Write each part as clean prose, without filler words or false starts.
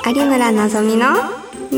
有村なぞみののんのん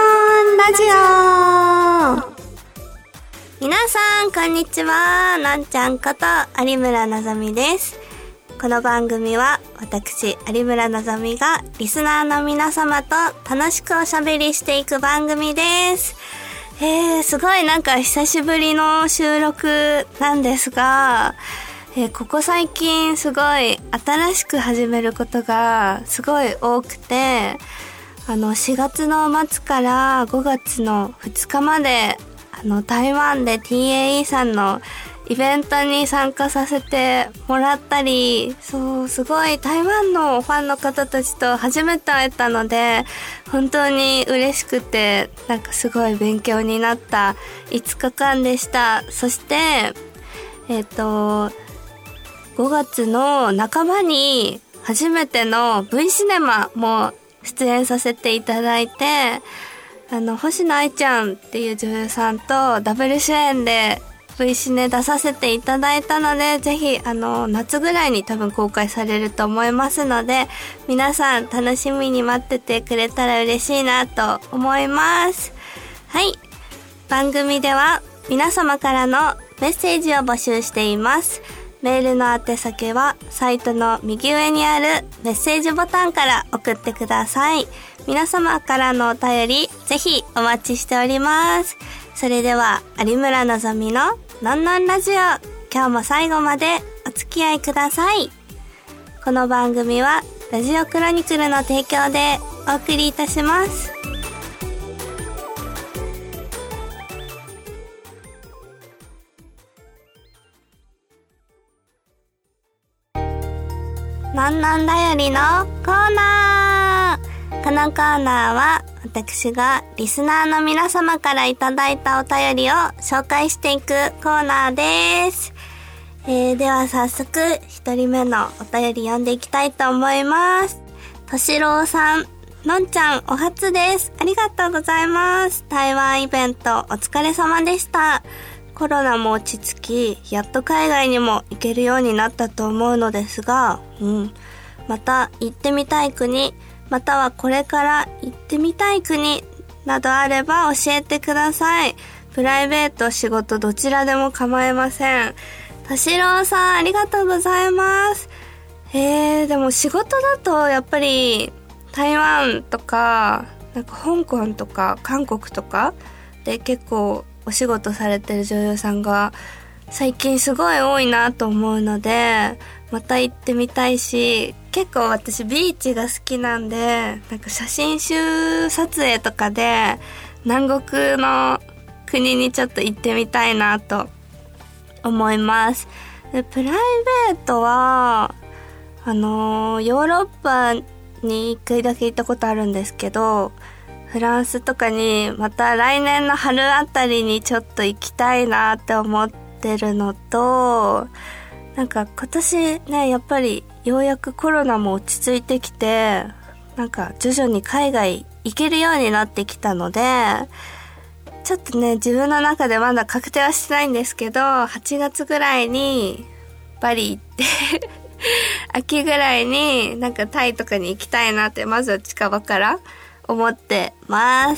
ラジオ。皆さんこんにちは、のんちゃんこと有村なぞみです。この番組は私有村なぞみがリスナーの皆様と楽しくおしゃべりしていく番組です。すごいなんか久しぶりの収録なんですが、ここ最近すごい新しく始めることがすごい多くて、4月の末から5月の2日まで台湾で TAE さんのイベントに参加させてもらったり、そうすごい台湾のファンの方たちと初めて会えたので本当に嬉しくて、なんかすごい勉強になった5日間でした。そして5月の半ばに初めての V シネマも出演させていただいて、星野愛ちゃんっていう女優さんとダブル主演で V シネ出させていただいたので、ぜひ夏ぐらいに多分公開されると思いますので、皆さん楽しみに待っててくれたら嬉しいなと思います。はい、番組では皆様からのメッセージを募集しています。メールの宛先はサイトの右上にあるメッセージボタンから送ってください。皆様からのお便りぜひお待ちしております。それでは有村なぞみののんのんラジオ、今日も最後までお付き合いください。この番組はラジオクロニクルの提供でお送りいたします。のんのんだよりのコーナー。このコーナーは私がリスナーの皆様からいただいたお便りを紹介していくコーナーです。では早速一人目のお便り読んでいきたいと思います。としろうさん、のんちゃんお初です。ありがとうございます。台湾イベントお疲れ様でした。コロナも落ち着き、やっと海外にも行けるようになったと思うのですが、また行ってみたい国、またはこれから行ってみたい国などあれば教えてください。プライベート、仕事どちらでも構いません。としろうさん、ありがとうございます。でも仕事だとやっぱり台湾とか、なんか香港とか韓国とかで結構お仕事されてる女優さんが最近すごい多いなと思うので、また行ってみたいし、結構私ビーチが好きなんで、なんか写真集撮影とかで南国の国にちょっと行ってみたいなと思います。でプライベートはヨーロッパに一回だけ行ったことあるんですけど、フランスとかにまた来年の春あたりにちょっと行きたいなって思ってるのと、なんか今年ね、やっぱりようやくコロナも落ち着いてきて、なんか徐々に海外行けるようになってきたので、ちょっとね自分の中でまだ確定はしてないんですけど、8月ぐらいにバリ行って秋ぐらいになんかタイとかに行きたいなって、まずは近場から思ってます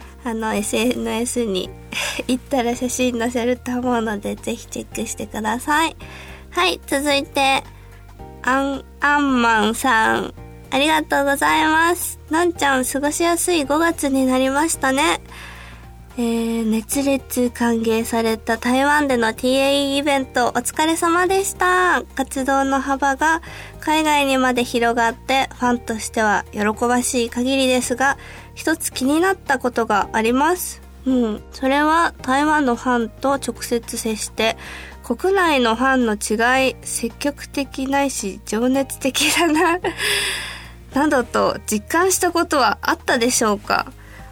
。SNS に行ったら写真載せると思うので、ぜひチェックしてください。はい、続いてアンマンさん、ありがとうございます。のんちゃん、過ごしやすい5月になりましたね。熱烈歓迎された台湾での TAE イベントお疲れ様でした。活動の幅が海外にまで広がってファンとしては喜ばしい限りですが、一つ気になったことがあります。それは台湾のファンと直接接して国内のファンの違い、積極的ないし情熱的だななどと実感したことはあったでしょうか。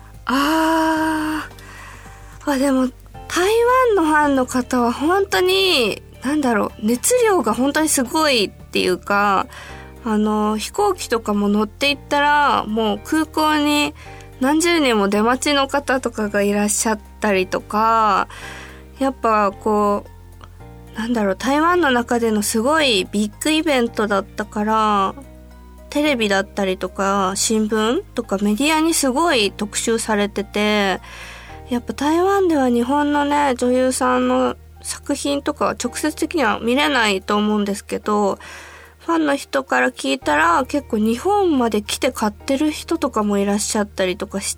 でも台湾のファンの方は本当に熱量が本当にすごいっていうか、飛行機とかも乗っていったらもう空港に何十人も出待ちの方とかがいらっしゃったりとか、やっぱこう台湾の中でのすごいビッグイベントだったから、 テレビだったりとか新聞とかメディアにすごい特集されてて、やっぱ台湾では日本のね女優さんの作品とかは直接的には見れないと思うんですけど、ファンの人から聞いたら結構日本まで来て買ってる人とかもいらっしゃったりとかして、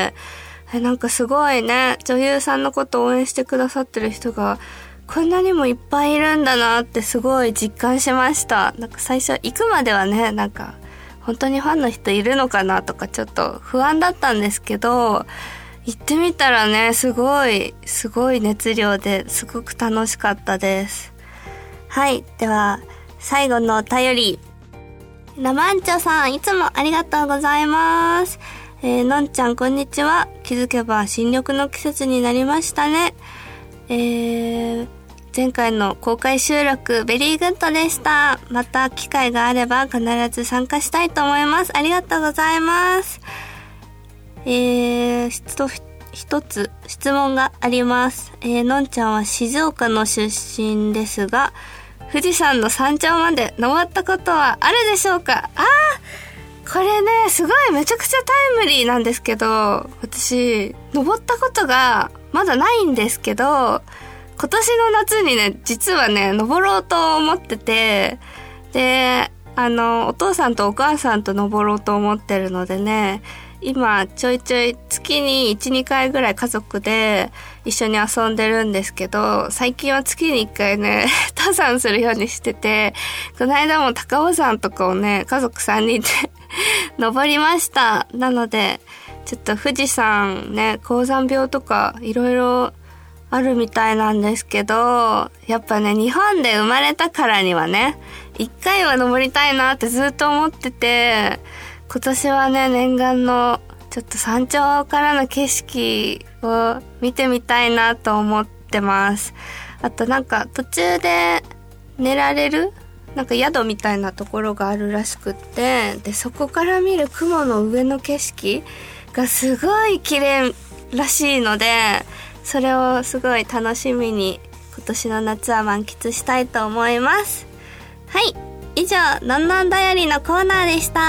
なんかすごいね、女優さんのことを応援してくださってる人がこんなにもいっぱいいるんだなってすごい実感しました。なんか最初行くまではね、なんか本当にファンの人いるのかなとかちょっと不安だったんですけど、行ってみたらね、すごい熱量ですごく楽しかったです。はい、では最後のお便り。ラマンチョさん、いつもありがとうございます。のんちゃん、こんにちは。気づけば新緑の季節になりましたね。前回の公開収録ベリーグッドでした。また機会があれば必ず参加したいと思います。ありがとうございます。一つ質問があります。のんちゃんは静岡の出身ですが、富士山の山頂まで登ったことはあるでしょうか？これね、すごいめちゃくちゃタイムリーなんですけど、私登ったことがまだないんですけど、今年の夏にね、実はね登ろうと思ってて、でお父さんとお母さんと登ろうと思ってるのでね、今ちょいちょい月に 1,2 回ぐらい家族で一緒に遊んでるんですけど、最近は月に1回ね登山するようにしてて、この間も高尾山とかをね家族3人で登りました。なのでちょっと富士山ね、高山病とかいろいろあるみたいなんですけど、やっぱね日本で生まれたからにはね1回は登りたいなってずっと思ってて、今年はね念願のちょっと山頂からの景色を見てみたいなと思ってます。あとなんか途中で寝られるなんか宿みたいなところがあるらしくって、でそこから見る雲の上の景色がすごい綺麗らしいので、それをすごい楽しみに今年の夏は満喫したいと思います。はい、以上のんのんだよりのコーナーでした。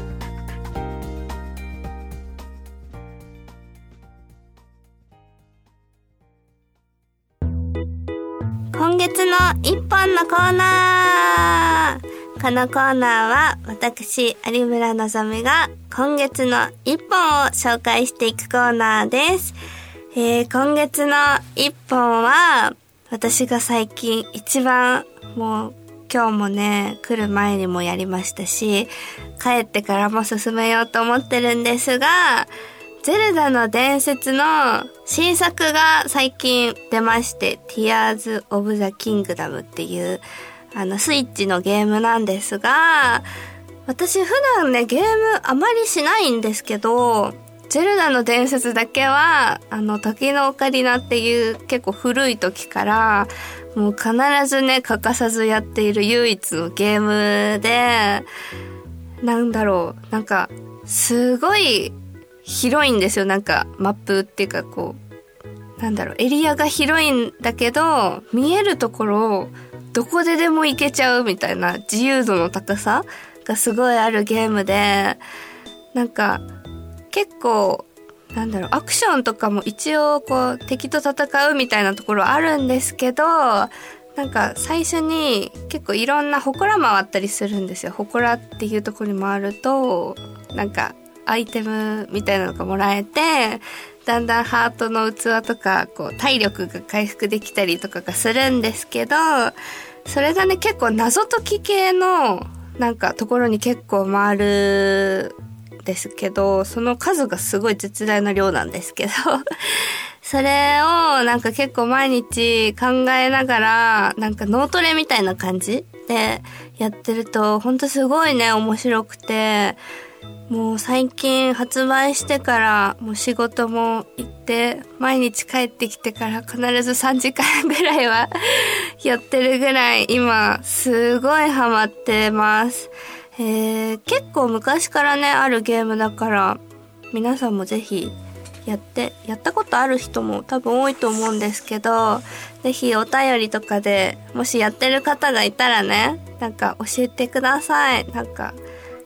今月の一本のコーナー。このコーナーは私有村のぞみが今月の一本を紹介していくコーナーです。今月の一本は私が最近一番もう今日もね来る前にもやりましたし、帰ってからも進めようと思ってるんですが、ゼルダの伝説の新作が最近出まして、Tears of the Kingdom っていうスイッチのゲームなんですが、私普段ねゲームあまりしないんですけど、ゼルダの伝説だけは時のオカリナっていう結構古い時からもう必ずね欠かさずやっている唯一のゲームで、なんかすごい広いんですよ。なんかマップっていうかこうエリアが広いんだけど、見えるところどこででも行けちゃうみたいな自由度の高さがすごいあるゲームで、なんか結構アクションとかも一応こう敵と戦うみたいなところあるんですけど、なんか最初に結構いろんな祠回ったりするんですよ。祠っていうところに回るとなんかアイテムみたいなのがもらえて、だんだんハートの器とかこう体力が回復できたりとかがするんですけど、それがね結構謎解き系のなんかところに結構回るんですけど、その数がすごい絶大な量なんですけどそれをなんか結構毎日考えながらなんか脳トレみたいな感じでやってるとほんとすごいね面白くて、もう最近発売してからもう仕事も行って毎日帰ってきてから必ず3時間ぐらいはやってるぐらい今すごいハマってます。結構昔からねあるゲームだから皆さんもぜひやったことある人も多分多いと思うんですけど、ぜひお便りとかでもしやってる方がいたらねなんか教えてください。なんか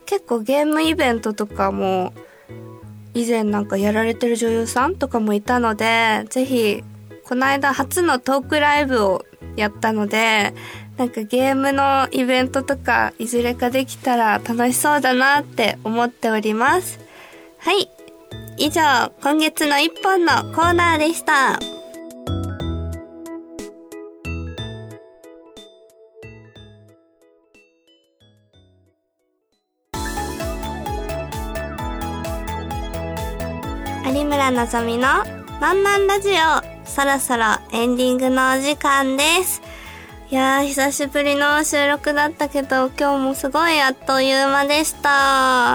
結構ゲームイベントとかも以前なんかやられてる女優さんとかもいたので、ぜひこの間初のトークライブをやったので、なんかゲームのイベントとかいずれかできたら楽しそうだなって思っております。はい、以上今月の一本のコーナーでした。有村のぞみのなんなんラジオ、そろそろエンディングのお時間です。いやー、久しぶりの収録だったけど、今日もすごいあっという間でした。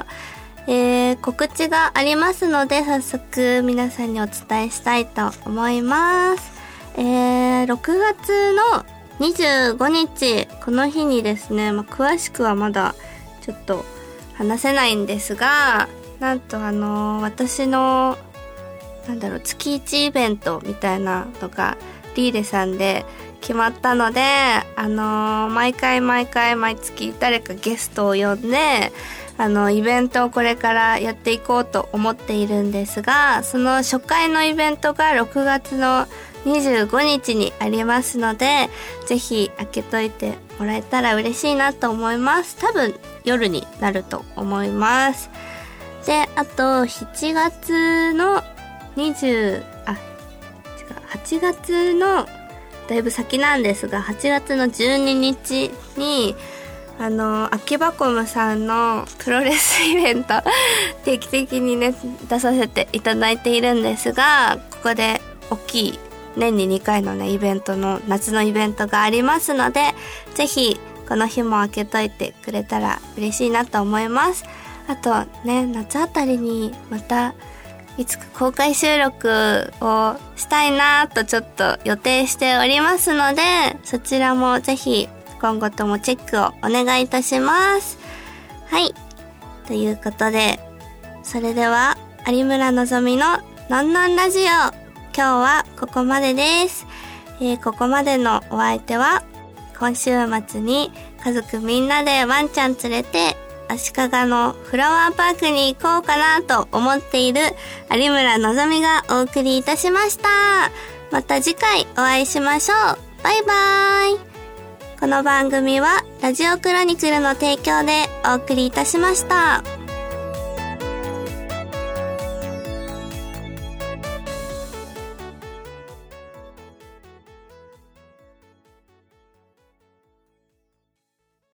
告知がありますので、早速皆さんにお伝えしたいと思います。6月の25日、この日にですね、詳しくはまだちょっと話せないんですが、なんと私の月1イベントみたいなのがリーレさんで決まったので、毎月誰かゲストを呼んでイベントをこれからやっていこうと思っているんですが、その初回のイベントが6月の25日にありますので、ぜひ開けといてもらえたら嬉しいなと思います。多分夜になると思います。で、あと8月の8月のだいぶ先なんですが、8月の12日に秋葉コムさんのプロレスイベント定期的にね出させていただいているんですが、ここで大きい年に2回のねイベントの夏のイベントがありますので、ぜひこの日も開けといてくれたら嬉しいなと思います。あとね、夏あたりにまたいつか公開収録をしたいなとちょっと予定しておりますので、そちらもぜひ今後ともチェックをお願いいたします。はい、ということで、それでは有村のぞみのなんなんラジオ、今日はここまでです。ここまでのお相手は、今週末に家族みんなでワンちゃん連れて足利のフラワーパークに行こうかなと思っている有村のぞみがお送りいたしました。また次回お会いしましょう。バイバーイ。この番組はラジオクロニクルの提供でお送りいたしました。